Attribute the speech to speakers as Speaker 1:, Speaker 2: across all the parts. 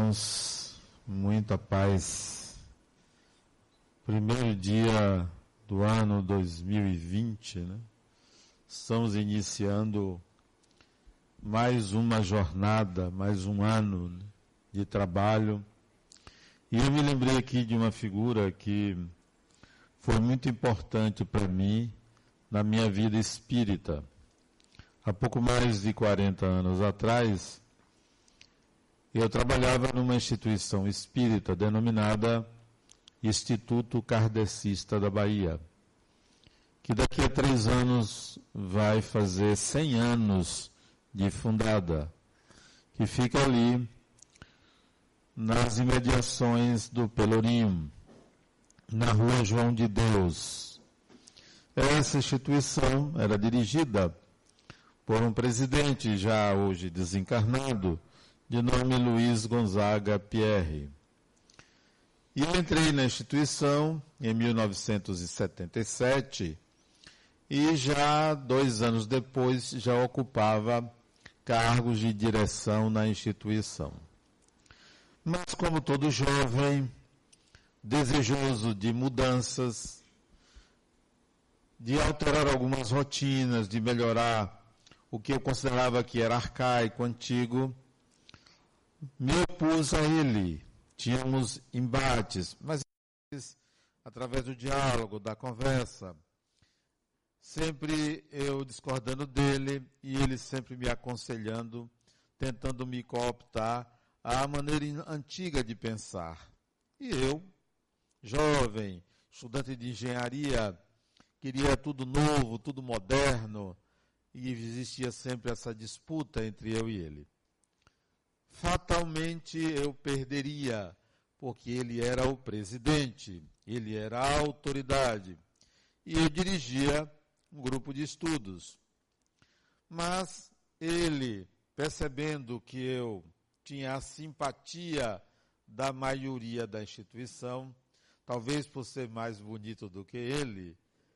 Speaker 1: irmãos, muita paz. Primeiro dia do ano 2020, né? Estamos iniciando mais uma jornada, mais um ano de trabalho. E eu me lembrei aqui de uma figura que foi muito importante para mim na minha vida espírita. Há pouco mais de 40 anos atrás, eu trabalhava numa instituição espírita denominada Instituto Kardecista da Bahia, que daqui a 3 anos vai fazer 100 anos de fundada, que fica ali nas imediações do Pelourinho, na Rua João de Deus. Essa instituição era dirigida por um presidente já hoje desencarnado, de nome Luiz Gonzaga Pierre. E eu entrei na instituição em 1977 e já 2 anos depois já ocupava cargos de direção na instituição. Mas como todo jovem, desejoso de mudanças, de alterar algumas rotinas, de melhorar o que eu considerava que era arcaico, antigo, me opus a ele. Tínhamos embates, mas através do diálogo, da conversa, sempre eu discordando dele e ele sempre me aconselhando, tentando me cooptar à maneira antiga de pensar. E eu, jovem, estudante de engenharia, queria tudo novo, tudo moderno, e existia sempre essa disputa entre eu e ele. Fatalmente eu perderia, porque ele era o presidente, ele era a autoridade, e eu dirigia um grupo de estudos. Mas ele, percebendo que eu tinha a simpatia da maioria da instituição, talvez por ser mais bonito do que ele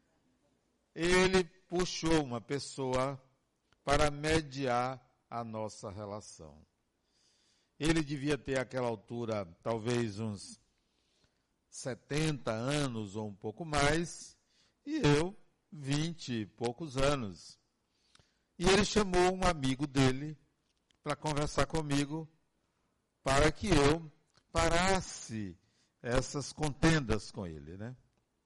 Speaker 1: puxou uma pessoa para mediar a nossa relação. Ele devia ter àquela altura talvez uns 70 anos ou um pouco mais, e eu 20 e poucos anos. E ele chamou um amigo dele para conversar comigo, para que eu parasse essas contendas com ele, né?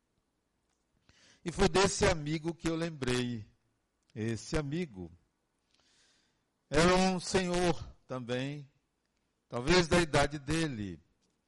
Speaker 1: E foi desse amigo que eu lembrei. Esse amigo era um senhor também, talvez da idade dele,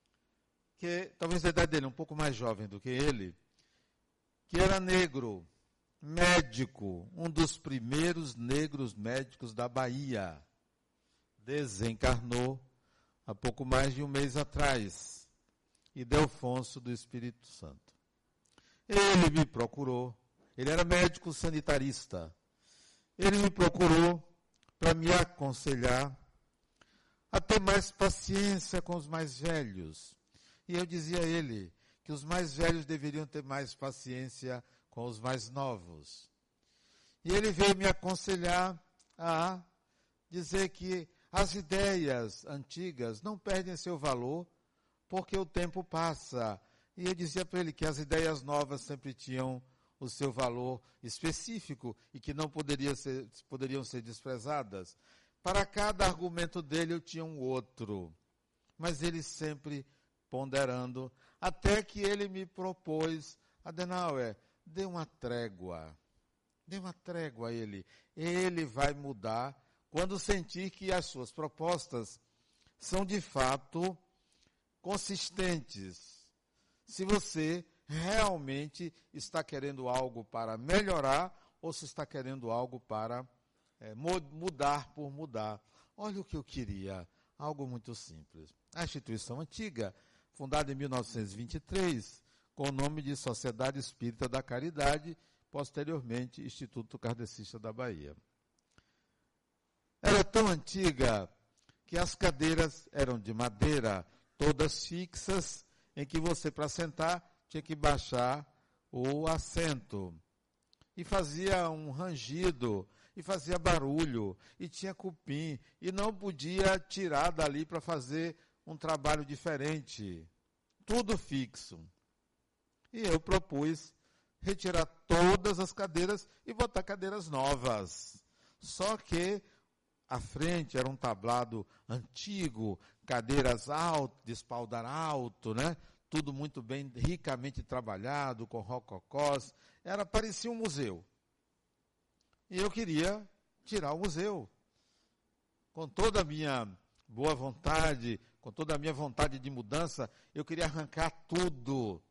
Speaker 1: um pouco mais jovem do que ele, que era negro, médico, um dos primeiros negros médicos da Bahia. Desencarnou há pouco mais de um mês atrás, Ildefonso do Espírito Santo. Ele me procurou, ele era médico sanitarista, ele me procurou para me aconselhar a ter mais paciência com os mais velhos. E eu dizia a ele que os mais velhos deveriam ter mais paciência com os mais novos. E ele veio me aconselhar a dizer que as ideias antigas não perdem seu valor porque o tempo passa. E eu dizia para ele que as ideias novas sempre tinham o seu valor específico e que não poderiam ser desprezadas. Para cada argumento dele eu tinha um outro, mas ele sempre ponderando, até que ele me propôs: Adenauer, dê uma trégua a ele. Ele vai mudar quando sentir que as suas propostas são de fato consistentes. Se você realmente está querendo algo para melhorar ou se está querendo algo para mudar por mudar. Olha o que eu queria, algo muito simples. A instituição antiga, fundada em 1923, com o nome de Sociedade Espírita da Caridade, posteriormente Instituto Kardecista da Bahia. Era tão antiga que as cadeiras eram de madeira, todas fixas, em que você, para sentar, tinha que baixar o assento. E fazia um rangido, e fazia barulho, e tinha cupim, e não podia tirar dali para fazer um trabalho diferente, tudo fixo. E eu propus retirar todas as cadeiras e botar cadeiras novas. Só que a frente era um tablado antigo, cadeiras altas, de espaldar alto, né? Tudo muito bem, ricamente trabalhado, com rococós. Parecia um museu. E eu queria tirar o museu. Com toda a minha boa vontade, com toda a minha vontade de mudança, eu queria arrancar tudo.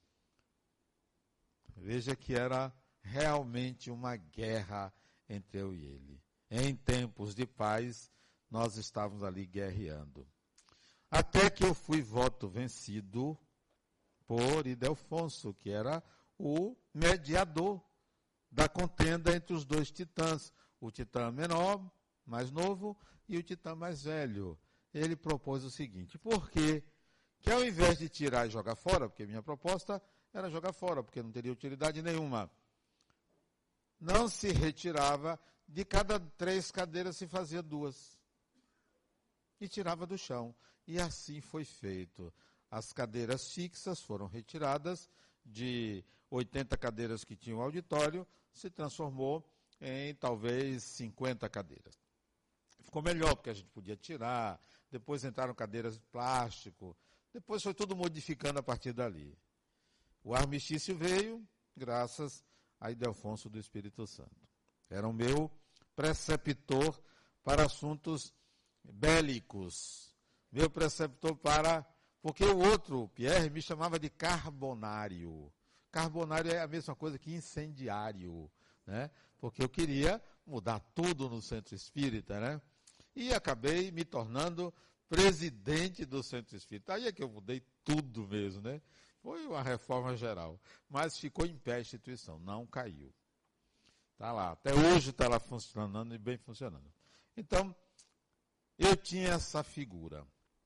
Speaker 1: Veja que era realmente uma guerra entre eu e ele. Em tempos de paz, nós estávamos ali guerreando. Até que eu fui voto vencido por Ildefonso, que era o mediador da contenda entre os dois titãs. O titã menor, mais novo, e o titã mais velho. Ele propôs o seguinte: por quê? Que ao invés de tirar e jogar fora, porque minha proposta era jogar fora, porque não teria utilidade nenhuma, não se retirava, de cada 3 cadeiras se fazia 2. E tirava do chão. E assim foi feito. As cadeiras fixas foram retiradas, de 80 cadeiras que tinha o auditório, se transformou em talvez 50 cadeiras. Ficou melhor, porque a gente podia tirar, depois entraram cadeiras de plástico, depois foi tudo modificando a partir dali. O armistício veio graças a Ildefonso do Espírito Santo. Era o meu preceptor para assuntos bélicos. Meu preceptor porque o outro, Pierre, me chamava de carbonário. Carbonário é a mesma coisa que incendiário, né? Porque eu queria mudar tudo no Centro Espírita, né? E acabei me tornando presidente do Centro Espírita. Aí é que eu mudei tudo mesmo, né? Foi uma reforma geral. Mas ficou em pé a instituição, não caiu. Está lá, até hoje está lá funcionando e bem funcionando. Então, eu tinha essa figura.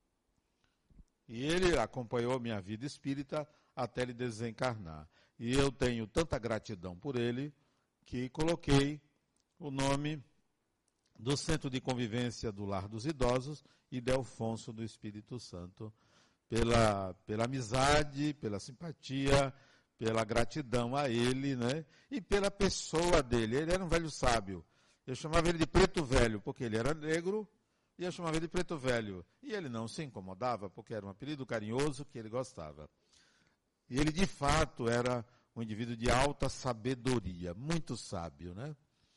Speaker 1: E ele acompanhou a minha vida espírita até ele desencarnar. E eu tenho tanta gratidão por ele que coloquei o nome do Centro de Convivência do Lar dos Idosos, Ildefonso do Espírito Santo, pela amizade, pela simpatia, pela gratidão a ele, né? E pela pessoa dele. Ele era um velho sábio. Eu chamava ele de preto velho, porque ele era negro, e eu chamava ele de preto velho. E ele não se incomodava, porque era um apelido carinhoso que ele gostava. E ele, de fato, era um indivíduo de alta sabedoria, muito sábio, né?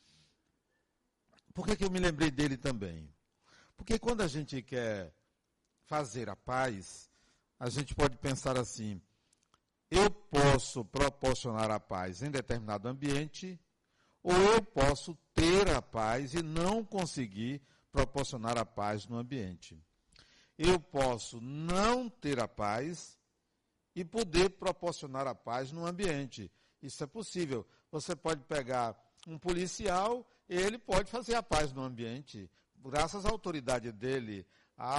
Speaker 1: Por que eu me lembrei dele também? Porque quando a gente quer fazer a paz, a gente pode pensar assim: eu posso proporcionar a paz em determinado ambiente, ou eu posso ter a paz e não conseguir proporcionar a paz no ambiente. Eu posso não ter a paz e poder proporcionar a paz no ambiente. Isso é possível. Você pode pegar um policial, ele pode fazer a paz no ambiente, graças à autoridade dele,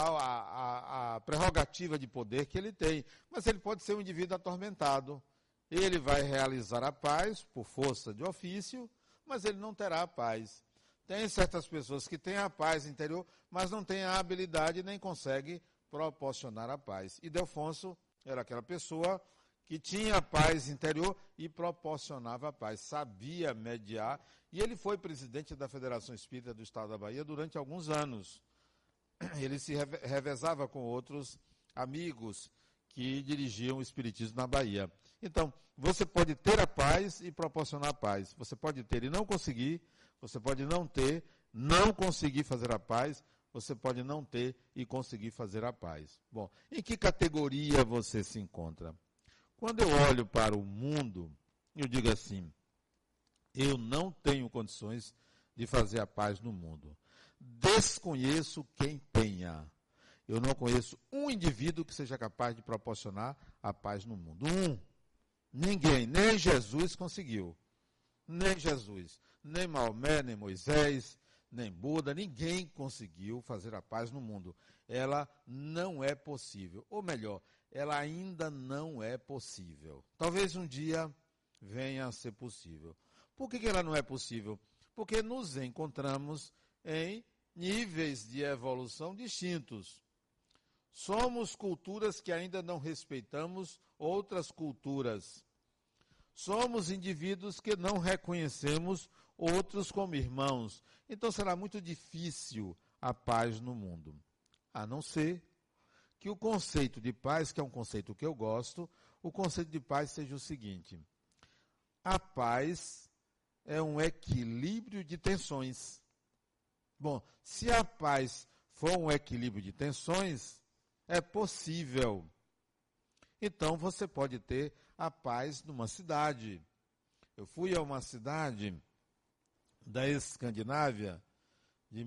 Speaker 1: à prerrogativa de poder que ele tem. Mas ele pode ser um indivíduo atormentado. Ele vai realizar a paz por força de ofício, mas ele não terá a paz. Tem certas pessoas que têm a paz interior, mas não têm a habilidade nem conseguem proporcionar a paz. E Ildefonso era aquela pessoa que tinha a paz interior e proporcionava a paz, sabia mediar. E ele foi presidente da Federação Espírita do Estado da Bahia durante alguns anos. Ele se revezava com outros amigos que dirigiam o espiritismo na Bahia. Então, você pode ter a paz e proporcionar a paz. Você pode ter e não conseguir, você pode não ter, não conseguir fazer a paz, você pode não ter e conseguir fazer a paz. Bom, em que categoria você se encontra? Quando eu olho para o mundo, eu digo assim: eu não tenho condições de fazer a paz no mundo. Desconheço quem tenha. Eu não conheço um indivíduo que seja capaz de proporcionar a paz no mundo. Ninguém, nem Jesus conseguiu. Nem Jesus, nem Maomé, nem Moisés, nem Buda, ninguém conseguiu fazer a paz no mundo. Ela não é possível. Ou melhor, ela ainda não é possível. Talvez um dia venha a ser possível. Por que ela não é possível? Porque nos encontramos em níveis de evolução distintos. Somos culturas que ainda não respeitamos outras culturas. Somos indivíduos que não reconhecemos outros como irmãos. Então será muito difícil a paz no mundo. A não ser que o conceito de paz, que é um conceito que eu gosto, o conceito de paz seja o seguinte: a paz é um equilíbrio de tensões. Bom, se a paz for um equilíbrio de tensões, é possível. Então você pode ter a paz numa cidade. Eu fui a uma cidade da Escandinávia de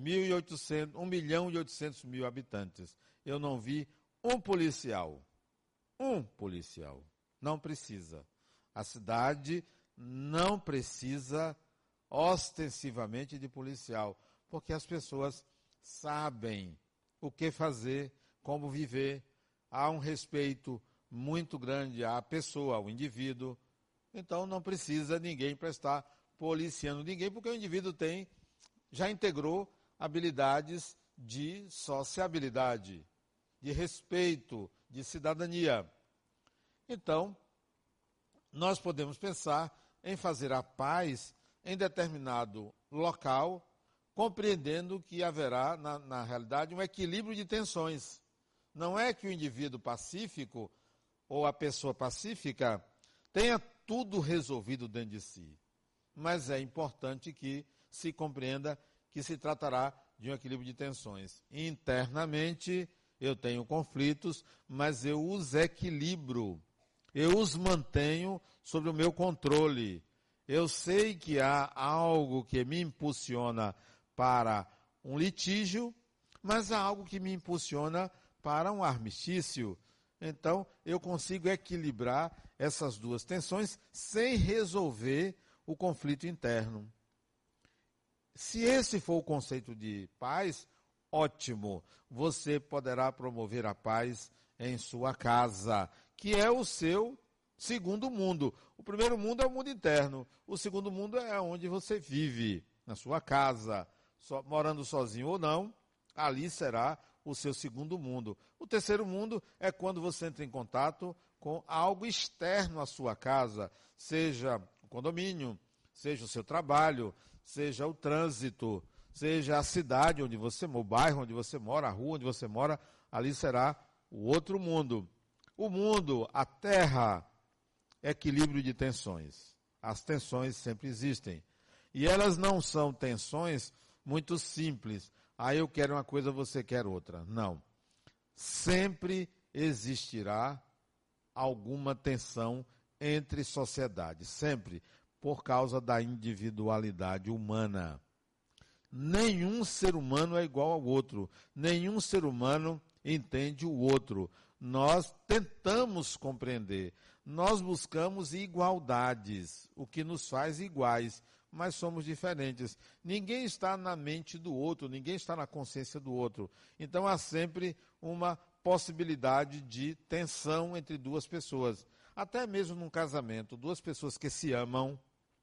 Speaker 1: 1.800.000 habitantes. Eu não vi um policial. Um policial. Não precisa. A cidade não precisa ostensivamente de policial, porque as pessoas sabem o que fazer, como viver. Há um respeito muito grande à pessoa, ao indivíduo. Então não precisa ninguém prestar policiando ninguém, porque o indivíduo já integrou habilidades de sociabilidade, de respeito, de cidadania. Então, nós podemos pensar em fazer a paz em determinado local, compreendendo que haverá, na realidade, um equilíbrio de tensões. Não é que o indivíduo pacífico ou a pessoa pacífica tenha tudo resolvido dentro de si. Mas é importante que se compreenda que se tratará de um equilíbrio de tensões. Internamente, eu tenho conflitos, mas eu os equilibro. Eu os mantenho sob o meu controle. Eu sei que há algo que me impulsiona para um litígio, mas há algo que me impulsiona para um armistício. Então, eu consigo equilibrar essas duas tensões sem resolver o conflito interno. Se esse for o conceito de paz, ótimo. Você poderá promover a paz em sua casa, que é o seu segundo mundo. O primeiro mundo é o mundo interno. O segundo mundo é onde você vive, na sua casa, morando sozinho ou não. Ali será o seu segundo mundo. O terceiro mundo é quando você entra em contato com algo externo à sua casa, seja o condomínio, seja o seu trabalho, seja o trânsito, seja a cidade onde você mora, o bairro onde você mora, a rua onde você mora, ali será o outro mundo. O mundo, a terra, é equilíbrio de tensões. As tensões sempre existem. E elas não são tensões muito simples. Aí eu quero uma coisa, você quer outra. Não. Sempre existirá alguma tensão entre sociedades. Sempre. Por causa da individualidade humana. Nenhum ser humano é igual ao outro. Nenhum ser humano entende o outro. Nós tentamos compreender. Nós buscamos igualdades, o que nos faz iguais, mas somos diferentes. Ninguém está na mente do outro, ninguém está na consciência do outro. Então há sempre uma possibilidade de tensão entre duas pessoas. Até mesmo num casamento, duas pessoas que se amam,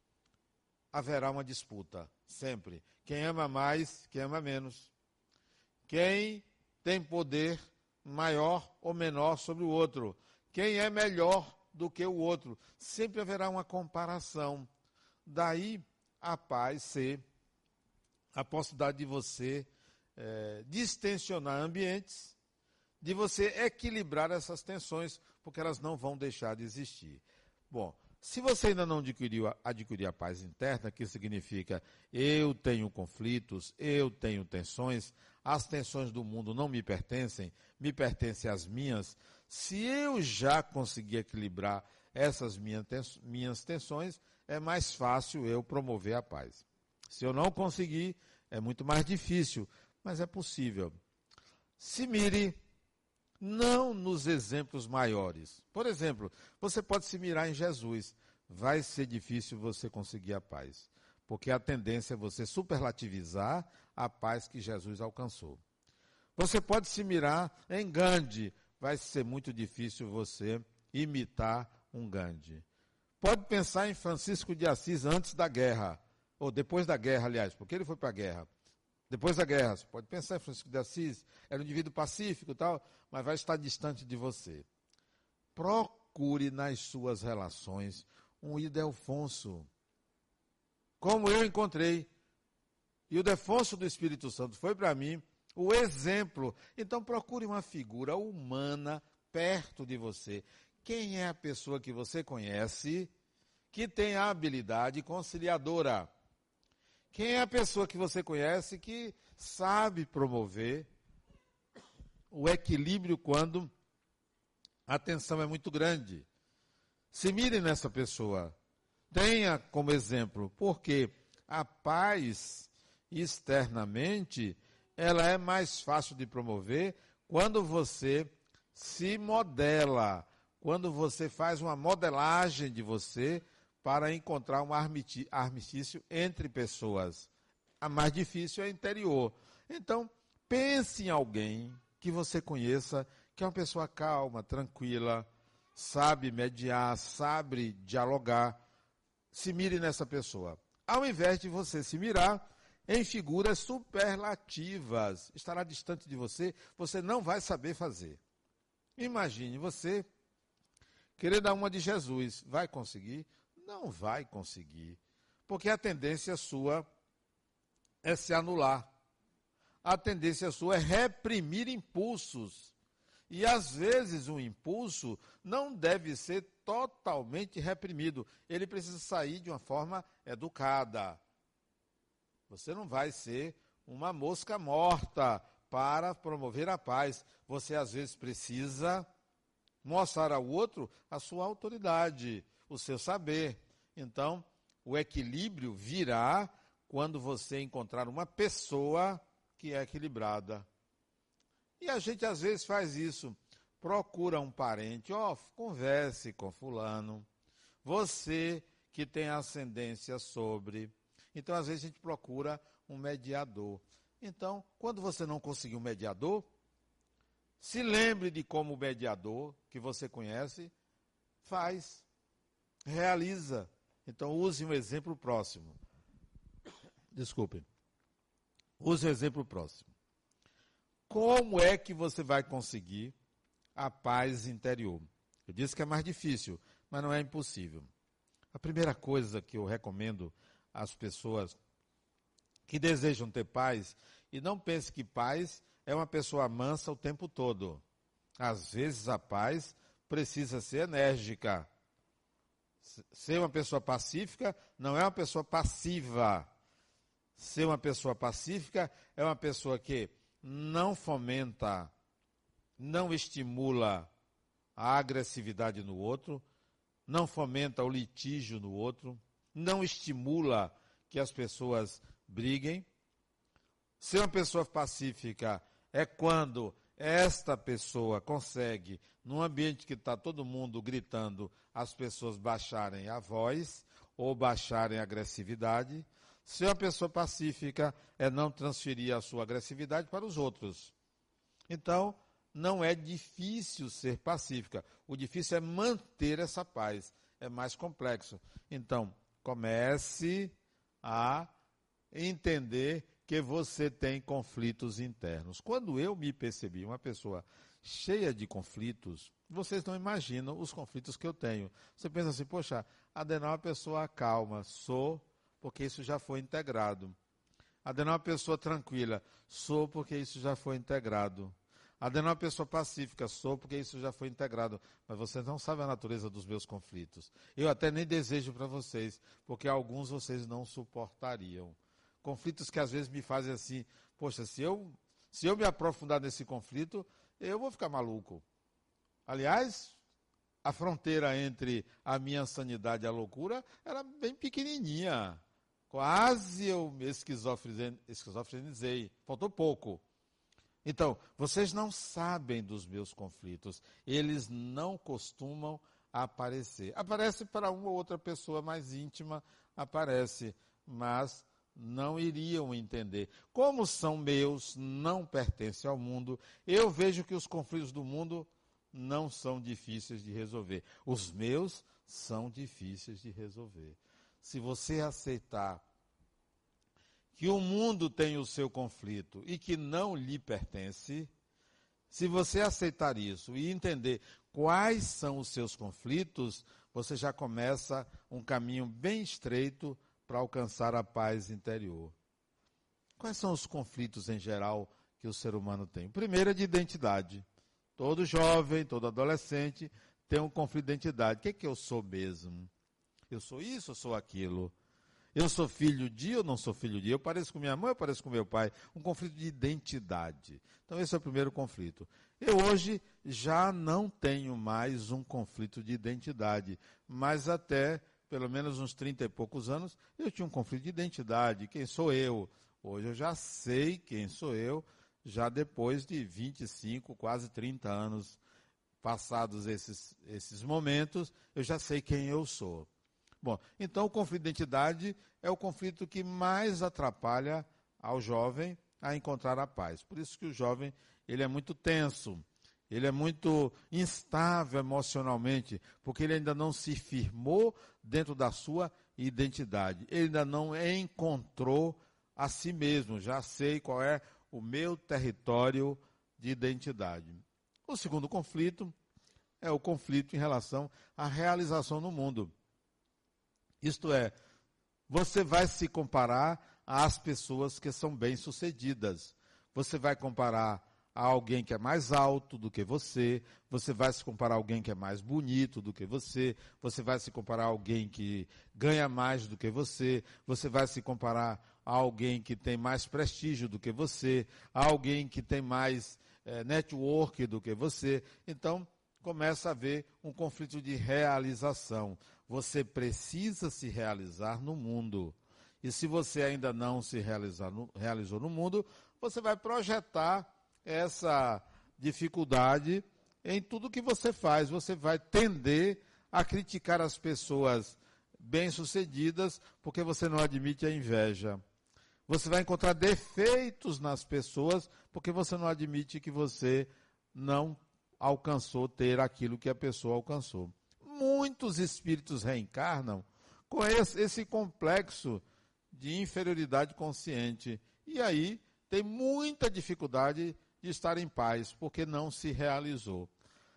Speaker 1: haverá uma disputa, sempre. Quem ama mais, quem ama menos. Quem tem poder maior ou menor sobre o outro. Quem é melhor do que o outro. Sempre haverá uma comparação. Daí a paz ser a possibilidade de você distensionar ambientes, de você equilibrar essas tensões, porque elas não vão deixar de existir. Bom, se você ainda não adquiriu a paz interna, que significa eu tenho conflitos, eu tenho tensões, as tensões do mundo não me pertencem às minhas. Se eu já conseguir equilibrar essas minhas tensões, é mais fácil eu promover a paz. Se eu não conseguir, é muito mais difícil, mas é possível. Se mire não nos exemplos maiores. Por exemplo, você pode se mirar em Jesus. Vai ser difícil você conseguir a paz, porque a tendência é você superlativizar a paz que Jesus alcançou. Você pode se mirar em Gandhi. Vai ser muito difícil você imitar um Gandhi. Pode pensar em Francisco de Assis antes da guerra, ou depois da guerra, aliás, porque ele foi para a guerra. Depois da guerra, você pode pensar em Francisco de Assis, era um indivíduo pacífico e tal, mas vai estar distante de você. Procure nas suas relações um Ildefonso, como eu encontrei. E o Ildefonso do Espírito Santo foi para mim o exemplo. Então procure uma figura humana perto de você. Quem é a pessoa que você conhece que tem a habilidade conciliadora? Quem é a pessoa que você conhece que sabe promover o equilíbrio quando a tensão é muito grande? Se mire nessa pessoa. Tenha como exemplo, porque a paz externamente, ela é mais fácil de promover quando você se modela, quando você faz uma modelagem de você para encontrar um armistício entre pessoas. A mais difícil é interior. Então, pense em alguém que você conheça, que é uma pessoa calma, tranquila, sabe mediar, sabe dialogar. Se mire nessa pessoa. Ao invés de você se mirar em figuras superlativas, estará distante de você, você não vai saber fazer. Imagine você querer dar uma de Jesus. Vai conseguir? Não vai conseguir. Porque a tendência sua é se anular. A tendência sua é reprimir impulsos. E às vezes um impulso não deve ser totalmente reprimido. Ele precisa sair de uma forma educada. Você não vai ser uma mosca morta para promover a paz. Você às vezes precisa mostrar ao outro a sua autoridade, o seu saber. Então, o equilíbrio virá quando você encontrar uma pessoa que é equilibrada. E a gente às vezes faz isso. Procura um parente, converse com fulano. Você que tem ascendência sobre. Então, às vezes, a gente procura um mediador. Então, quando você não conseguir um mediador, se lembre de como o mediador que você conhece faz, realiza. Então, use um exemplo próximo. Desculpe. Use um exemplo próximo. Como é que você vai conseguir a paz interior? Eu disse que é mais difícil, mas não é impossível. A primeira coisa que eu recomendo às pessoas que desejam ter paz, e não pense que paz é uma pessoa mansa o tempo todo. Às vezes a paz precisa ser enérgica. Ser uma pessoa pacífica não é uma pessoa passiva. Ser uma pessoa pacífica é uma pessoa que não fomenta, não estimula a agressividade no outro, não fomenta o litígio no outro, não estimula que as pessoas briguem. Ser uma pessoa pacífica é quando esta pessoa consegue, num ambiente que está todo mundo gritando, as pessoas baixarem a voz ou baixarem a agressividade. Ser uma pessoa pacífica é não transferir a sua agressividade para os outros. Então, não é difícil ser pacífica. O difícil é manter essa paz. É mais complexo. Então, comece a entender que você tem conflitos internos. Quando eu me percebi uma pessoa cheia de conflitos, vocês não imaginam os conflitos que eu tenho. Você pensa assim, poxa, Adenal é uma pessoa calma. Sou, porque isso já foi integrado. Adenal é uma pessoa tranquila. Sou, porque isso já foi integrado. Adenal é uma pessoa pacífica. Sou, porque isso já foi integrado. Mas vocês não sabem a natureza dos meus conflitos. Eu até nem desejo para vocês, porque alguns vocês não suportariam. Conflitos que às vezes me fazem assim, poxa, se eu me aprofundar nesse conflito, eu vou ficar maluco. Aliás, a fronteira entre a minha sanidade e a loucura era bem pequenininha. Quase eu me esquizofrenizei. Faltou pouco. Então, vocês não sabem dos meus conflitos. Eles não costumam aparecer. Aparece para uma ou outra pessoa mais íntima, aparece, mas não iriam entender. Como são meus, não pertencem ao mundo, eu vejo que os conflitos do mundo não são difíceis de resolver. Os meus são difíceis de resolver. Se você aceitar que o mundo tem o seu conflito e que não lhe pertence, se você aceitar isso e entender quais são os seus conflitos, você já começa um caminho bem estreito para alcançar a paz interior. Quais são os conflitos em geral que o ser humano tem? O primeiro é de identidade. Todo jovem, todo adolescente tem um conflito de identidade. O que é que eu sou mesmo? Eu sou isso, eu sou aquilo. Eu sou filho de ou não sou filho de? Eu pareço com minha mãe, eu pareço com meu pai. Um conflito de identidade. Então esse é o primeiro conflito. Eu hoje já não tenho mais um conflito de identidade, mas até pelo menos uns 30 e poucos anos eu tinha um conflito de identidade. Quem sou eu? Hoje eu já sei quem sou eu, já depois de 25, quase 30 anos passados esses momentos, eu já sei quem eu sou. Bom, então o conflito de identidade é o conflito que mais atrapalha ao jovem a encontrar a paz. Por isso que o jovem ele é muito tenso, ele é muito instável emocionalmente, porque ele ainda não se firmou dentro da sua identidade. Ele ainda não encontrou a si mesmo. Já sei qual é o meu território de identidade. O segundo conflito é o conflito em relação à realização no mundo. Isto é, você vai se comparar às pessoas que são bem-sucedidas. Você vai comparar a alguém que é mais alto do que você vai se comparar a alguém que é mais bonito do que você vai se comparar a alguém que ganha mais do que você vai se comparar a alguém que tem mais prestígio do que você, a alguém que tem mais network do que você. Então, começa a haver um conflito de realização. Você precisa se realizar no mundo. E se você ainda não se realizou no mundo, você vai projetar essa dificuldade em tudo que você faz. Você vai tender a criticar as pessoas bem-sucedidas porque você não admite a inveja. Você vai encontrar defeitos nas pessoas porque você não admite que você não alcançou ter aquilo que a pessoa alcançou. Muitos espíritos reencarnam com esse complexo de inferioridade consciente. E aí tem muita dificuldade de estar em paz, porque não se realizou.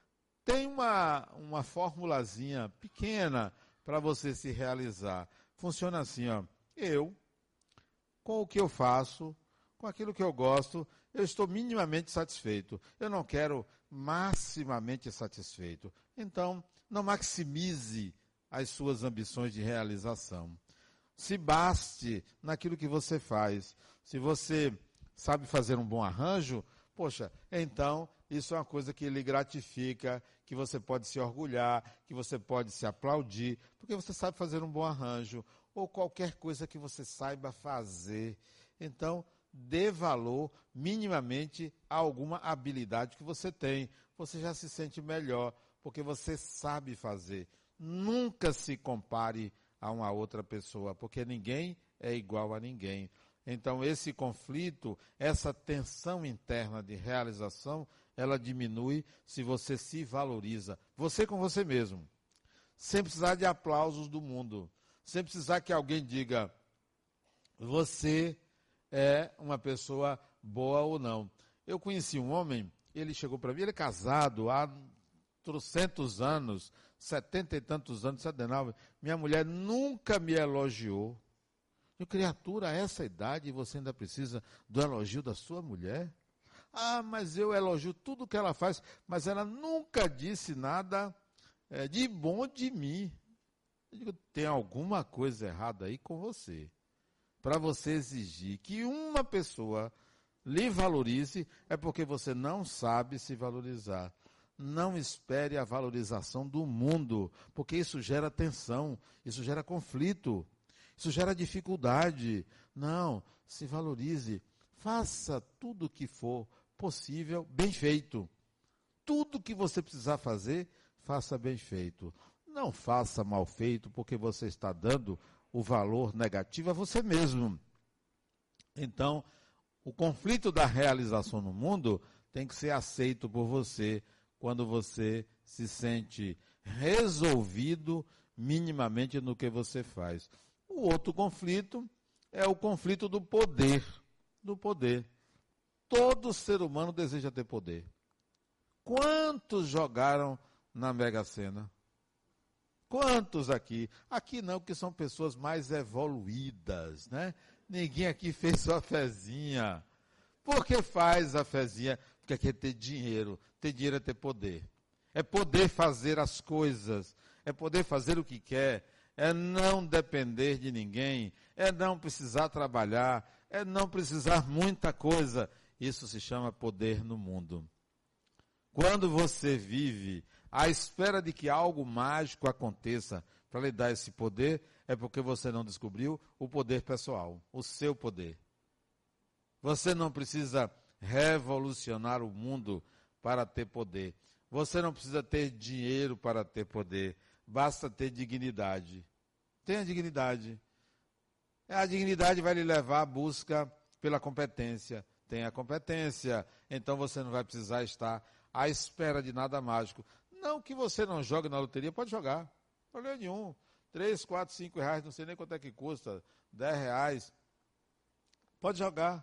Speaker 1: Tem uma formulazinha pequena para você se realizar. Funciona assim, ó. Eu, com o que eu faço, com aquilo que eu gosto, eu estou minimamente satisfeito. Eu não quero maximamente satisfeito. Então, não maximize as suas ambições de realização. Se baste naquilo que você faz. Se você sabe fazer um bom arranjo, poxa, então isso é uma coisa que lhe gratifica, que você pode se orgulhar, que você pode se aplaudir, porque você sabe fazer um bom arranjo, ou qualquer coisa que você saiba fazer. Então, dê valor minimamente a alguma habilidade que você tem. Você já se sente melhor, porque você sabe fazer. Nunca se compare a uma outra pessoa, porque ninguém é igual a ninguém. Então, esse conflito, essa tensão interna de realização, ela diminui se você se valoriza. Você com você mesmo. Sem precisar de aplausos do mundo. Sem precisar que alguém diga, você é uma pessoa boa ou não. Eu conheci um homem, ele chegou para mim, ele é casado há trocentos anos, 70 e tantos anos, 79. Minha mulher nunca me elogiou. Eu, criatura, a essa idade você ainda precisa do elogio da sua mulher? Ah, mas eu elogio tudo que ela faz, mas ela nunca disse nada de bom de mim. Eu digo, tem alguma coisa errada aí com você. Para você exigir que uma pessoa lhe valorize, é porque você não sabe se valorizar. Não espere a valorização do mundo, porque isso gera tensão, isso gera conflito, isso gera dificuldade. Não, se valorize. Faça tudo o que for possível, bem feito. Tudo que você precisar fazer, faça bem feito. Não faça mal feito, porque você está dando o valor negativo a você mesmo. Então, o conflito da realização no mundo tem que ser aceito por você quando você se sente resolvido minimamente no que você faz. O outro conflito É o conflito do poder. Do poder. Todo ser humano deseja ter poder. Quantos jogaram na Mega Sena? Quantos aqui? Aqui não, que são pessoas mais evoluídas, né? Ninguém aqui fez sua fezinha. Por que faz a fezinha? Porque quer ter dinheiro. Ter dinheiro é ter poder. É poder fazer as coisas. É poder fazer o que quer. É não depender de ninguém. É não precisar trabalhar. É não precisar muita coisa. Isso se chama poder no mundo. Quando você vive à espera de que algo mágico aconteça para lhe dar esse poder, é porque você não descobriu o poder pessoal, o seu poder. Você não precisa revolucionar o mundo para ter poder. Você não precisa ter dinheiro para ter poder. Basta ter dignidade. Tenha dignidade. A dignidade vai lhe levar à busca pela competência. Tenha competência, então você não vai precisar estar à espera de nada mágico. Não que você não jogue na loteria, pode jogar. Não tem problema nenhum. 3, 4, 5 reais, não sei nem quanto é que custa, 10 reais. Pode jogar.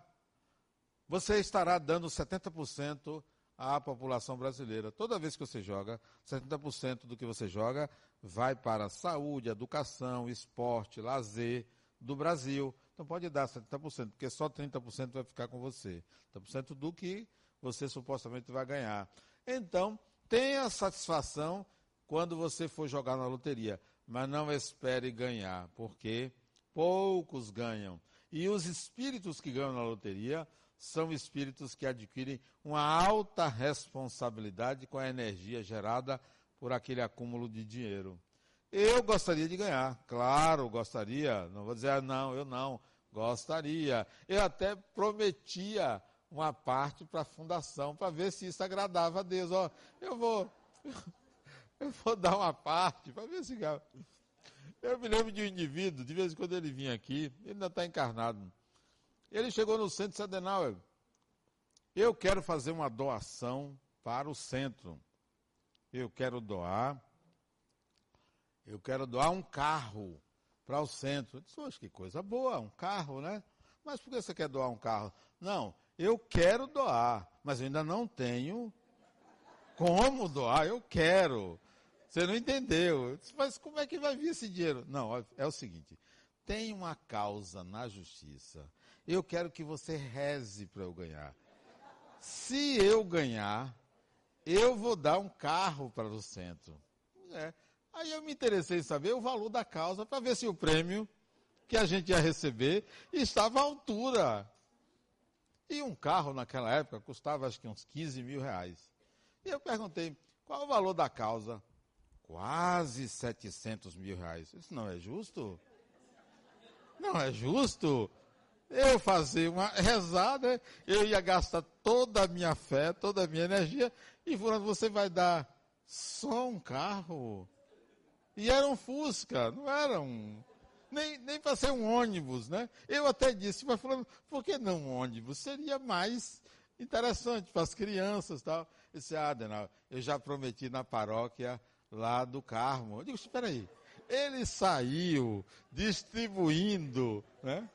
Speaker 1: Você estará dando 70% à população brasileira. Toda vez que você joga, 70% do que você joga vai para a saúde, educação, esporte, lazer do Brasil. Então pode dar 70%, porque só 30% vai ficar com você. 30% do que você supostamente vai ganhar. Então, tenha satisfação quando você for jogar na loteria, mas não espere ganhar, porque poucos ganham. E os espíritos que ganham na loteria são espíritos que adquirem uma alta responsabilidade com a energia gerada por aquele acúmulo de dinheiro. Eu gostaria de ganhar, claro, gostaria, não vou dizer não, eu não, gostaria. Eu até prometia uma parte para a fundação, para ver se isso agradava a Deus. Ó, eu vou dar uma parte, para ver se... Eu me lembro de um indivíduo, de vez em quando ele vinha aqui, ele ainda está encarnado. Ele chegou no centro de Adenauer. Eu quero fazer uma doação para o centro. Eu quero doar um carro para o centro. Eu disse, poxa, que coisa boa, um carro, né? Mas por que você quer doar um carro? Não, eu quero doar, mas eu ainda não tenho como doar, eu quero. Você não entendeu. Eu disse, mas como é que vai vir esse dinheiro? Não, é o seguinte, tem uma causa na justiça. Eu quero que você reze para eu ganhar. Se eu ganhar, eu vou dar um carro para o centro. Aí eu me interessei em saber o valor da causa, para ver se o prêmio que a gente ia receber estava à altura. E um carro naquela época custava acho que uns 15 mil reais. E eu perguntei, qual é o valor da causa? Quase 700 mil reais. Isso não é justo? Não é justo? Eu fazer uma rezada, eu ia gastar toda a minha fé, toda a minha energia, e falando, você vai dar só um carro? E era um Fusca, não era um... Nem para ser um ônibus, né? Eu até disse, mas falando, por que não um ônibus? Seria mais interessante para as crianças e tal. Eu disse, Adenauer, eu já prometi na paróquia lá do Carmo. Eu digo, espera aí, ele saiu distribuindo, né?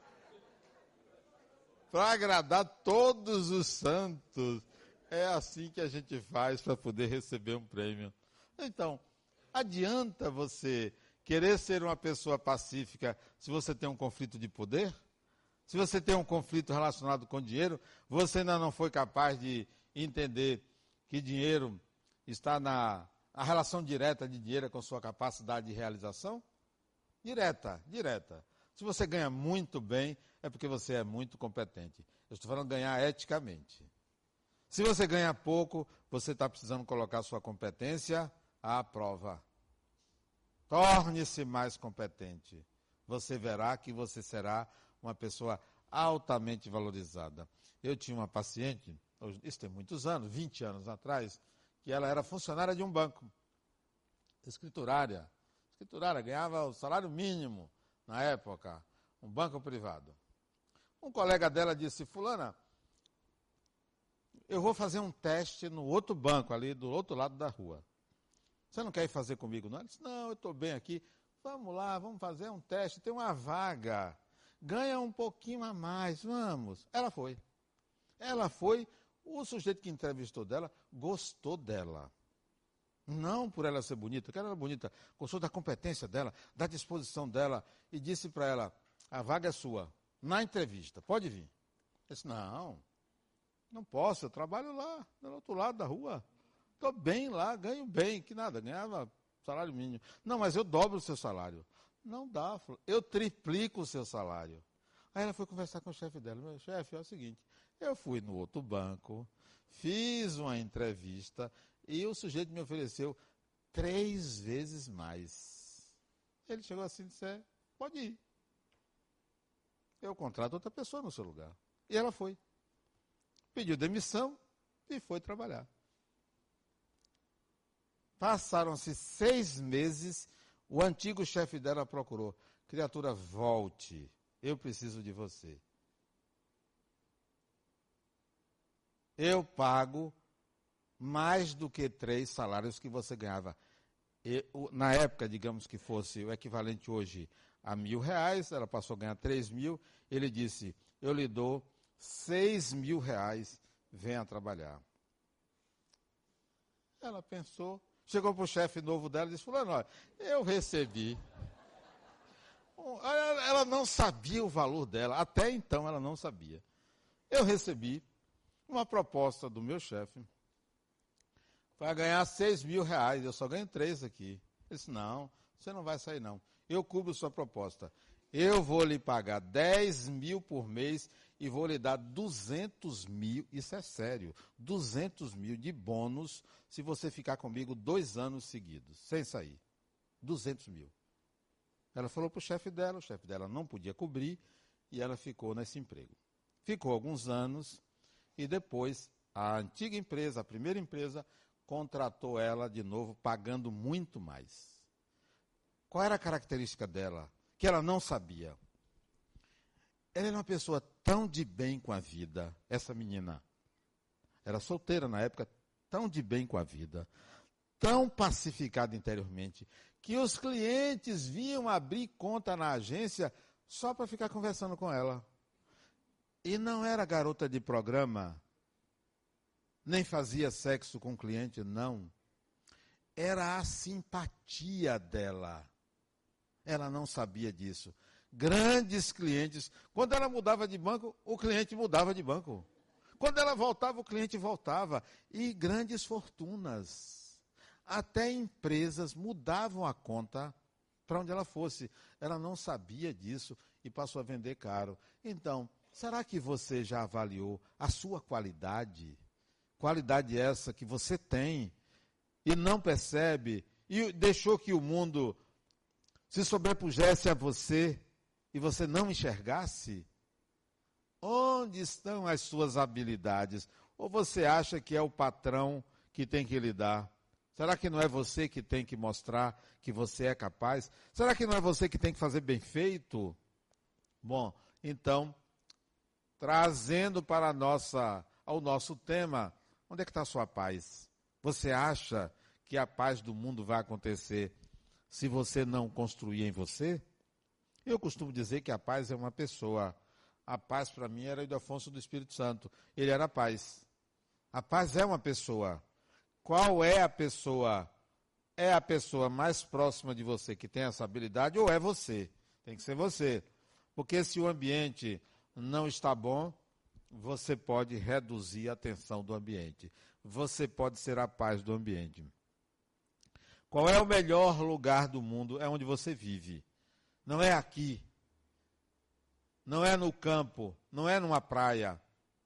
Speaker 1: Para agradar todos os santos. É assim que a gente faz para poder receber um prêmio. Então, adianta você querer ser uma pessoa pacífica se você tem um conflito de poder? Se você tem um conflito relacionado com dinheiro, você ainda não foi capaz de entender que dinheiro está a relação direta de dinheiro com sua capacidade de realização? Direta. Se você ganha muito bem, é porque você é muito competente. Eu estou falando ganhar eticamente. Se você ganha pouco, você está precisando colocar sua competência à prova. Torne-se mais competente. Você verá que você será uma pessoa altamente valorizada. Eu tinha uma paciente, isso tem muitos anos, 20 anos atrás, que ela era funcionária de um banco. Escriturária, ganhava o salário mínimo na época, um banco privado. Um colega dela disse, fulana, eu vou fazer um teste no outro banco, ali do outro lado da rua. Você não quer ir fazer comigo, não? Ela disse, não, eu estou bem aqui. Vamos lá, vamos fazer um teste, tem uma vaga. ganha um pouquinho a mais, vamos. Ela foi. O sujeito que entrevistou dela gostou dela. Não por ela ser bonita, porque ela era bonita, gostou da competência dela, da disposição dela, e disse para ela, a vaga é sua, na entrevista, pode vir. Eu disse, não posso, eu trabalho lá, do outro lado da rua. Estou bem lá, ganho bem, que nada, ganhava salário mínimo. Não, mas eu dobro o seu salário. Não dá, eu triplico o seu salário. Aí ela foi conversar com o chefe dela. Meu chefe, é o seguinte, eu fui no outro banco, fiz uma entrevista e o sujeito me ofereceu 3 vezes mais. Ele chegou assim e disse, pode ir. Eu contrato outra pessoa no seu lugar. E ela foi. Pediu demissão e foi trabalhar. Passaram-se 6 meses, o antigo chefe dela procurou. Criatura, volte. Eu preciso de você. Eu pago mais do que 3 salários que você ganhava. Na época, digamos que fosse o equivalente hoje a R$1.000, ela passou a ganhar 3.000. Ele disse, eu lhe dou R$6.000, venha trabalhar. Ela pensou, chegou para o chefe novo dela e disse, fulano, olha, eu recebi. Ela não sabia o valor dela, até então ela não sabia. Eu recebi uma proposta do meu chefe para ganhar R$6.000, eu só ganho 3 aqui. Ele disse, não, você não vai sair não, eu cubro sua proposta. Eu vou lhe pagar 10.000 por mês e vou lhe dar 200.000, isso é sério, 200.000 de bônus se você ficar comigo 2 anos seguidos, sem sair. 200.000. Ela falou para o chefe dela não podia cobrir e ela ficou nesse emprego. Ficou alguns anos e depois a antiga empresa, a primeira empresa, contratou ela de novo, pagando muito mais. Qual era a característica dela? Que ela não sabia. Ela era uma pessoa tão de bem com a vida, essa menina. Era solteira na época, tão de bem com a vida, tão pacificada interiormente, que os clientes vinham abrir conta na agência só para ficar conversando com ela. E não era garota de programa, nem fazia sexo com o cliente, não. Era a simpatia dela. Ela não sabia disso. Grandes clientes. Quando ela mudava de banco, o cliente mudava de banco. Quando ela voltava, o cliente voltava. E grandes fortunas. Até empresas mudavam a conta para onde ela fosse. Ela não sabia disso e passou a vender caro. Então, será que você já avaliou a sua qualidade? Qualidade essa que você tem e não percebe e deixou que o mundo se sobrepusesse a você e você não enxergasse? Onde estão as suas habilidades? Ou você acha que é o patrão que tem que lhe dar? Será que não é você que tem que mostrar que você é capaz? Será que não é você que tem que fazer bem feito? Bom, então, trazendo para ao nosso tema, onde é que está a sua paz? Você acha que a paz do mundo vai acontecer se você não construir em você? Eu costumo dizer que a paz é uma pessoa. A paz para mim era o Ildefonso do Espírito Santo. Ele era a paz. A paz é uma pessoa. Qual é a pessoa? É a pessoa mais próxima de você que tem essa habilidade ou é você? Tem que ser você. Porque se o ambiente não está bom, você pode reduzir a tensão do ambiente. Você pode ser a paz do ambiente. Qual é o melhor lugar do mundo? É onde você vive. Não é aqui. Não é no campo. Não é numa praia.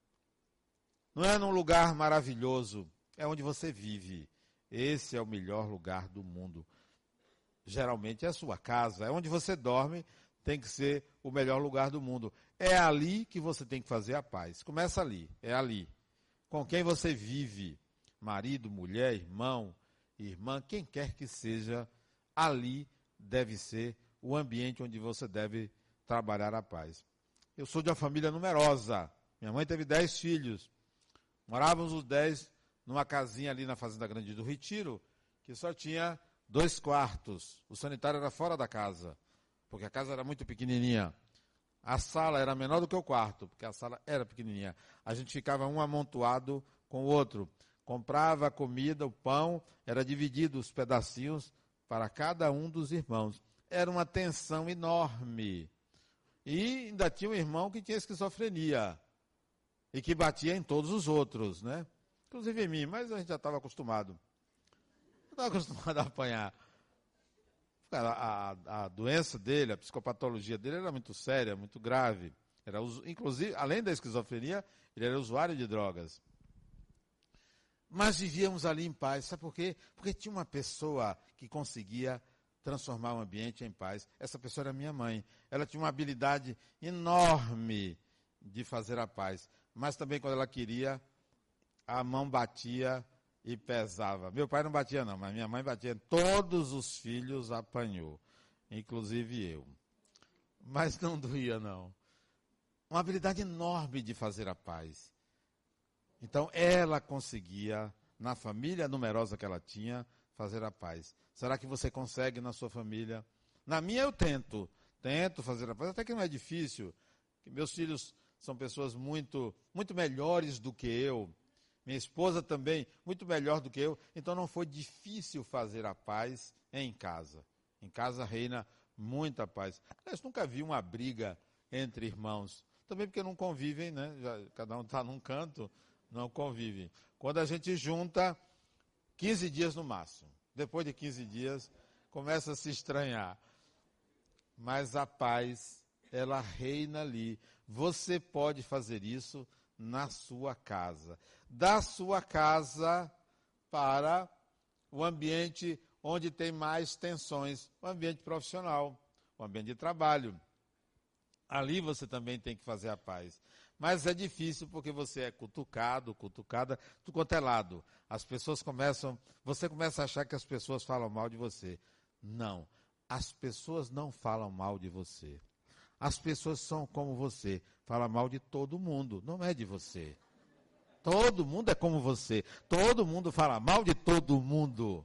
Speaker 1: Não é num lugar maravilhoso. É onde você vive. Esse é o melhor lugar do mundo. Geralmente é a sua casa. É onde você dorme. Tem que ser o melhor lugar do mundo. É ali que você tem que fazer a paz. Começa ali. É ali. Com quem você vive. Marido, mulher, irmão, irmã, quem quer que seja, ali deve ser o ambiente onde você deve trabalhar a paz. Eu sou de uma família numerosa. Minha mãe teve 10 filhos. Morávamos os 10 numa casinha ali na Fazenda Grande do Retiro, que só tinha 2 quartos. O sanitário era fora da casa, porque a casa era muito pequenininha. A sala era menor do que o quarto, porque a sala era pequenininha. A gente ficava um amontoado com o outro. Comprava a comida, o pão, era dividido os pedacinhos para cada um dos irmãos. Era uma tensão enorme. E ainda tinha um irmão que tinha esquizofrenia e que batia em todos os outros, né? Inclusive em mim, mas a gente já estava acostumado. Estava acostumado a apanhar. A doença dele, a psicopatologia dele era muito séria, muito grave. Inclusive, além da esquizofrenia, ele era usuário de drogas. Mas vivíamos ali em paz. Sabe por quê? Porque tinha uma pessoa que conseguia transformar o ambiente em paz. Essa pessoa era minha mãe. Ela tinha uma habilidade enorme de fazer a paz. Mas também, quando ela queria, a mão batia e pesava. Meu pai não batia não, mas minha mãe batia. Todos os filhos apanhou, inclusive eu. Mas não doía não. Uma habilidade enorme de fazer a paz. Então ela conseguia, na família numerosa que ela tinha, fazer a paz. Será que você consegue na sua família? Na minha eu tento fazer a paz, até que não é difícil. Que meus filhos são pessoas muito melhores do que eu. Minha esposa também, muito melhor do que eu. Então não foi difícil fazer a paz em casa. Em casa reina muita paz. Aliás, nunca vi uma briga entre irmãos. Também porque não convivem, né? Cada um está num canto, não convivem. Quando a gente junta, 15 dias no máximo. Depois de 15 dias, começa a se estranhar. Mas a paz, ela reina ali. Você pode fazer isso na sua casa. Da sua casa para o ambiente onde tem mais tensões, o ambiente profissional, o ambiente de trabalho. Ali você também tem que fazer a paz. Mas é difícil porque você é cutucada, tudo quanto é lado. Você começa a achar que as pessoas falam mal de você. Não, as pessoas não falam mal de você. As pessoas são como você, falam mal de todo mundo, não é de você. Todo mundo é como você, todo mundo fala mal de todo mundo.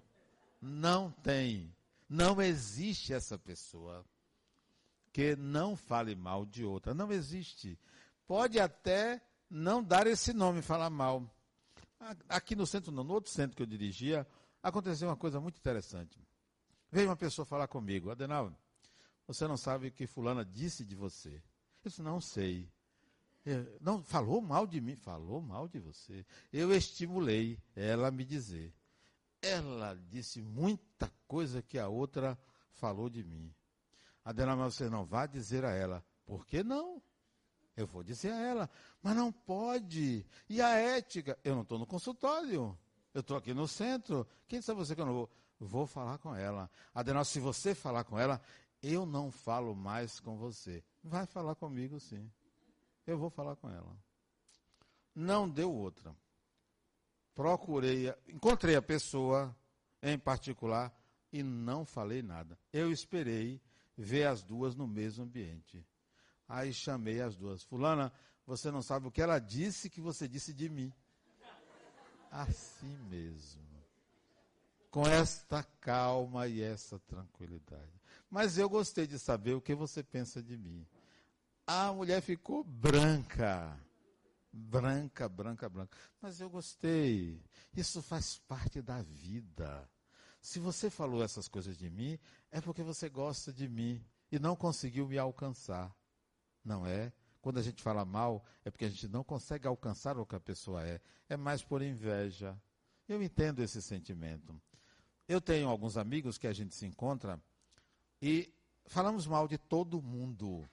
Speaker 1: Não existe essa pessoa que não fale mal de outra, não existe. Pode até não dar esse nome, falar mal. Aqui no centro, não, no outro centro que eu dirigia, aconteceu uma coisa muito interessante. Veio uma pessoa falar comigo, Adenal, você não sabe o que fulana disse de você. Eu disse, não sei. Não, falou mal de mim? Falou mal de você. Eu estimulei ela a me dizer. Ela disse muita coisa que a outra falou de mim. Adenal, mas você não vai dizer a ela. Por que não? Eu vou dizer a ela. Mas não pode. E a ética? Eu não estou no consultório. Eu estou aqui no centro. Quem disse a você que eu não vou? Vou falar com ela. Adenal, se você falar com ela, eu não falo mais com você. Vai falar comigo, sim. Eu vou falar com ela. Não deu outra. Encontrei a pessoa em particular e não falei nada. Eu esperei ver as duas no mesmo ambiente. Aí chamei as duas. Fulana, você não sabe o que ela disse que você disse de mim. Assim mesmo. Com esta calma e essa tranquilidade. Mas eu gostei de saber o que você pensa de mim. A mulher ficou branca. Branca. Mas eu gostei. Isso faz parte da vida. Se você falou essas coisas de mim, é porque você gosta de mim e não conseguiu me alcançar. Não é? Quando a gente fala mal, é porque a gente não consegue alcançar o que a pessoa é. É mais por inveja. Eu entendo esse sentimento. Eu tenho alguns amigos que a gente se encontra e falamos mal de todo mundo.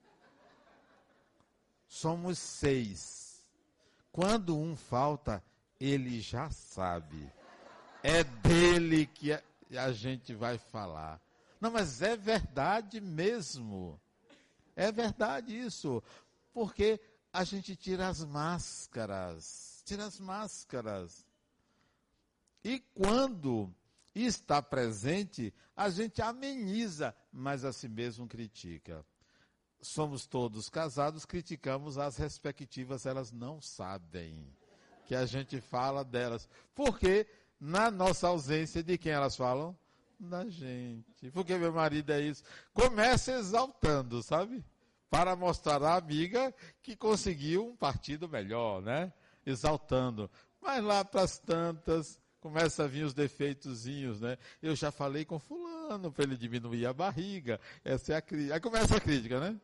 Speaker 1: Somos 6. Quando um falta, ele já sabe. É dele que a gente vai falar. Não, mas é verdade mesmo. É verdade isso. Porque a gente tira as máscaras. E quando está presente, a gente ameniza, mas a si mesmo critica. Somos todos casados, criticamos as respectivas, elas não sabem que a gente fala delas. Porque na nossa ausência, de quem elas falam? Da gente. Porque meu marido é isso. Começa exaltando, sabe? para mostrar à amiga que conseguiu um partido melhor, né? Exaltando. Mas lá para as tantas, começa a vir os defeitozinhos, né? Eu já falei com fulano para ele diminuir a barriga. Essa é a crítica. Aí começa a crítica, né?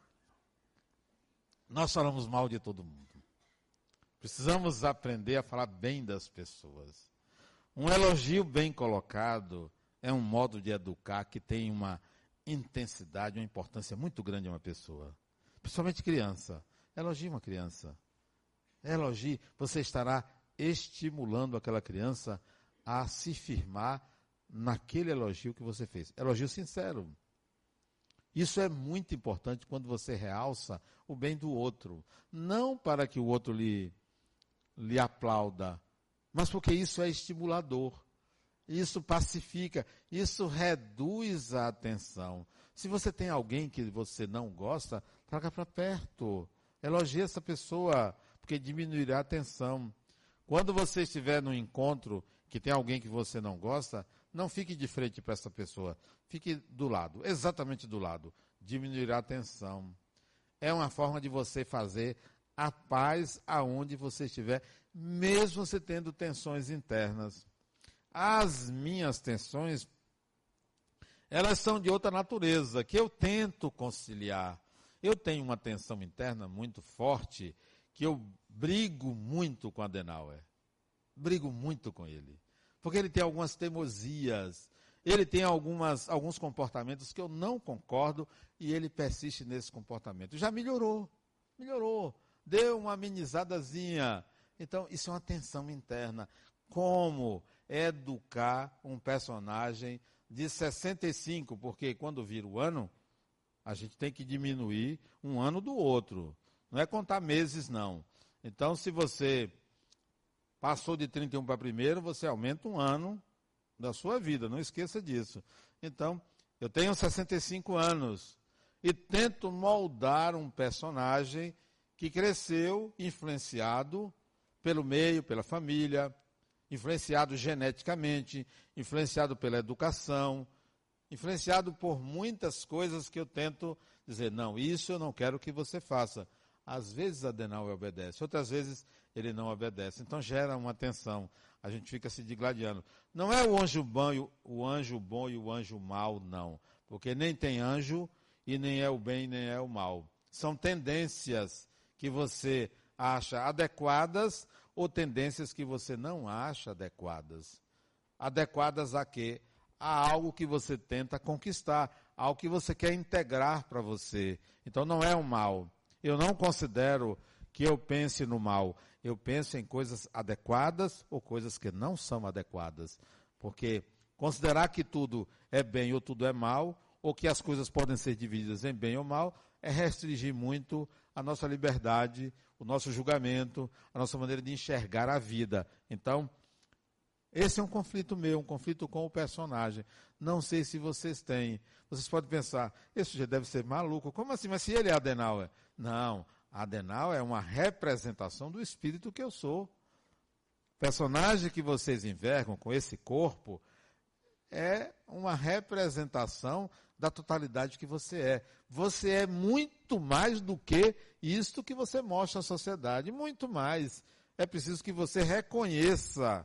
Speaker 1: Nós falamos mal de todo mundo. Precisamos aprender a falar bem das pessoas. Um elogio bem colocado é um modo de educar que tem uma intensidade, uma importância muito grande a uma pessoa. Principalmente criança. Elogie uma criança. Elogie, você estará estimulando aquela criança a se firmar naquele elogio que você fez. Elogio sincero. Isso é muito importante quando você realça o bem do outro. Não para que o outro lhe aplauda, mas porque isso é estimulador. Isso pacifica, isso reduz a tensão. Se você tem alguém que você não gosta, traga para perto. Elogie essa pessoa, porque diminuirá a tensão. Quando você estiver num encontro que tem alguém que você não gosta, não fique de frente para essa pessoa. Fique do lado, exatamente do lado. Diminuirá a tensão. É uma forma de você fazer a paz aonde você estiver, mesmo você tendo tensões internas. As minhas tensões, elas são de outra natureza, que eu tento conciliar. Eu tenho uma tensão interna muito forte, que eu brigo muito com Adenauer. Brigo muito com ele. Porque ele tem algumas teimosias, ele tem alguns comportamentos que eu não concordo e ele persiste nesse comportamento. Já melhorou, deu uma amenizadazinha. Então, isso é uma tensão interna. Como educar um personagem de 65? Porque quando vira o ano, a gente tem que diminuir um ano do outro. Não é contar meses, não. Então, se você passou de 31 para primeiro, você aumenta um ano da sua vida. Não esqueça disso. Então, eu tenho 65 anos e tento moldar um personagem que cresceu influenciado pelo meio, pela família, influenciado geneticamente, influenciado pela educação, influenciado por muitas coisas que eu tento dizer, não, isso eu não quero que você faça. Às vezes Adenauer obedece, outras vezes ele não obedece. Então gera uma tensão, a gente fica se digladiando. Não é o anjo bom e o anjo mau, não. Porque nem tem anjo e nem é o bem nem é o mal. São tendências que você acha adequadas ou tendências que você não acha adequadas. Adequadas a quê? A algo que você tenta conquistar, algo que você quer integrar para você. Então não é um mal. Eu não considero que eu pense no mal. Eu penso em coisas adequadas ou coisas que não são adequadas. Porque considerar que tudo é bem ou tudo é mal, ou que as coisas podem ser divididas em bem ou mal, é restringir muito a nossa liberdade, o nosso julgamento, a nossa maneira de enxergar a vida. Então, esse é um conflito meu, um conflito com o personagem. Não sei se vocês têm. Vocês podem pensar, esse já deve ser maluco. Como assim? Mas se ele é Adenauer? Não, Adenauer é uma representação do espírito que eu sou. O personagem que vocês envergam com esse corpo é uma representação da totalidade que você é. Você é muito mais do que isto que você mostra à sociedade. Muito mais. É preciso que você reconheça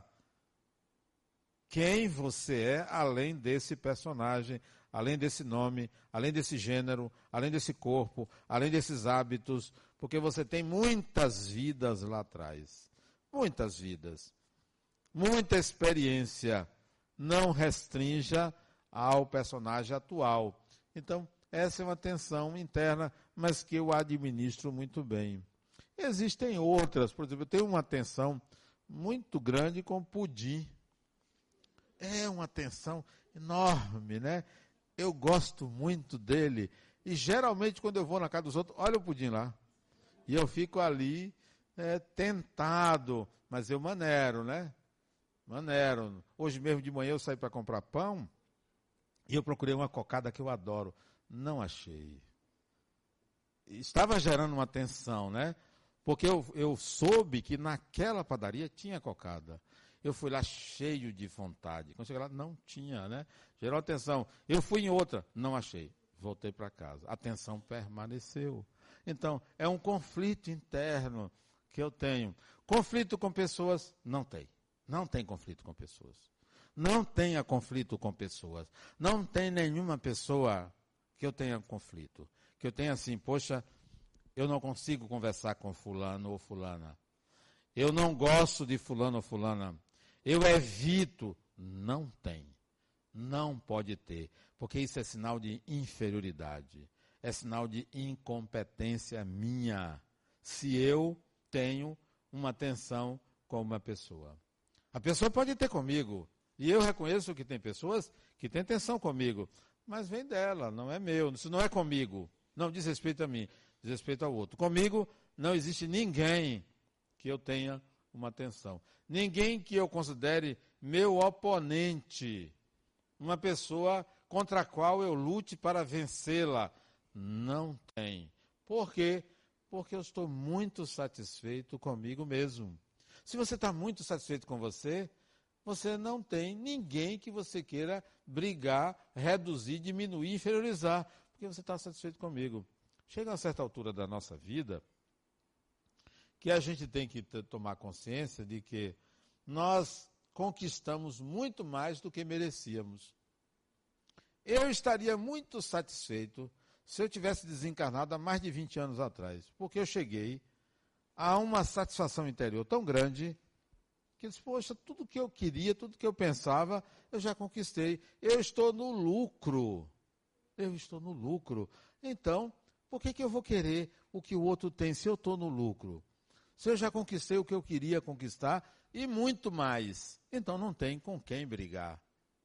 Speaker 1: quem você é, além desse personagem, além desse nome, além desse gênero, além desse corpo, além desses hábitos, porque você tem muitas vidas lá atrás. Muitas vidas. Muita experiência. Não restrinja ao personagem atual. Então, essa é uma tensão interna, mas que eu administro muito bem. Existem outras, por exemplo, eu tenho uma tensão muito grande com o pudim. É uma tensão enorme, né? Eu gosto muito dele. E geralmente quando eu vou na casa dos outros, olha o pudim lá. E eu fico ali tentado, mas eu maneiro, né? Maneiro. Hoje mesmo de manhã eu saí para comprar pão e eu procurei uma cocada que eu adoro. Não achei. Estava gerando uma tensão, né? Porque eu soube que naquela padaria tinha cocada. Eu fui lá cheio de vontade. Quando cheguei lá, não tinha, né? Gerou atenção. Eu fui em outra, não achei. voltei para casa. A tensão permaneceu. Então, é um conflito interno que eu tenho. Conflito com pessoas? Não tem. Não tem conflito com pessoas. Não tenha conflito com pessoas. Não tem nenhuma pessoa que eu tenha conflito. Que eu tenha assim, poxa, eu não consigo conversar com fulano ou fulana. Eu não gosto de fulano ou fulana. Eu evito. Não tem. Não pode ter. Porque isso é sinal de inferioridade. É sinal de incompetência minha. Se eu tenho uma tensão com uma pessoa. A pessoa pode ter comigo. E eu reconheço que tem pessoas que têm tensão comigo. Mas vem dela, não é meu. Isso não é comigo. Não diz respeito a mim, diz respeito ao outro. Comigo não existe ninguém que eu tenha uma tensão. Ninguém que eu considere meu oponente. Uma pessoa contra a qual eu lute para vencê-la. Não tem. Por quê? Porque eu estou muito satisfeito comigo mesmo. Se você está muito satisfeito com você, você não tem ninguém que você queira brigar, reduzir, diminuir, inferiorizar, porque você está satisfeito comigo. Chega a uma certa altura da nossa vida que a gente tem que tomar consciência de que nós conquistamos muito mais do que merecíamos. Eu estaria muito satisfeito se eu tivesse desencarnado há mais de 20 anos atrás, porque eu cheguei a uma satisfação interior tão grande que eu disse, poxa, tudo que eu queria, tudo que eu pensava, eu já conquistei. Eu estou no lucro. Eu estou no lucro. Então, por que eu vou querer o que o outro tem se eu estou no lucro? Se eu já conquistei o que eu queria conquistar e muito mais. Então não tem com quem brigar.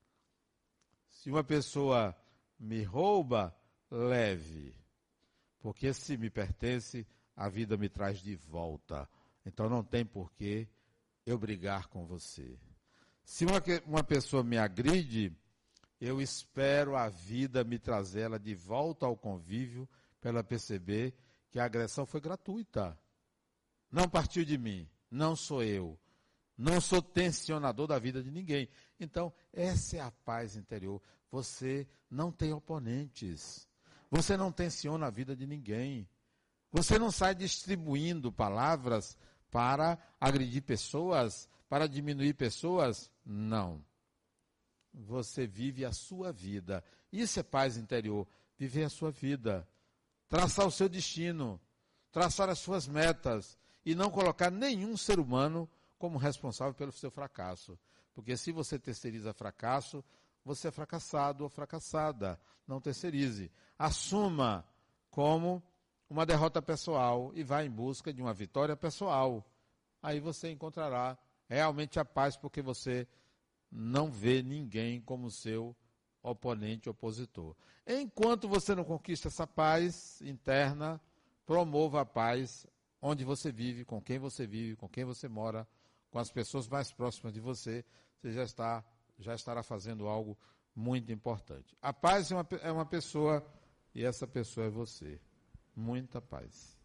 Speaker 1: Se uma pessoa me rouba, leve. Porque se me pertence, a vida me traz de volta. Então não tem porquê eu brigar com você. Se uma pessoa me agride, eu espero a vida me trazer ela de volta ao convívio para ela perceber que a agressão foi gratuita. Não partiu de mim, não sou eu. Não sou tensionador da vida de ninguém. Então, essa é a paz interior. Você não tem oponentes. Você não tensiona a vida de ninguém. Você não sai distribuindo palavras para agredir pessoas, para diminuir pessoas. Não. Você vive a sua vida. Isso é paz interior. Viver a sua vida. Traçar o seu destino. Traçar as suas metas. E não colocar nenhum ser humano como responsável pelo seu fracasso. Porque se você terceiriza fracasso, você é fracassado ou fracassada. Não terceirize. Assuma como uma derrota pessoal e vá em busca de uma vitória pessoal. Aí você encontrará realmente a paz, porque você não vê ninguém como seu oponente, opositor. Enquanto você não conquista essa paz interna, promova a paz onde você vive, com quem você mora, com as pessoas mais próximas de você, você já estará fazendo algo muito importante. A paz é uma pessoa, e essa pessoa é você. Muita paz.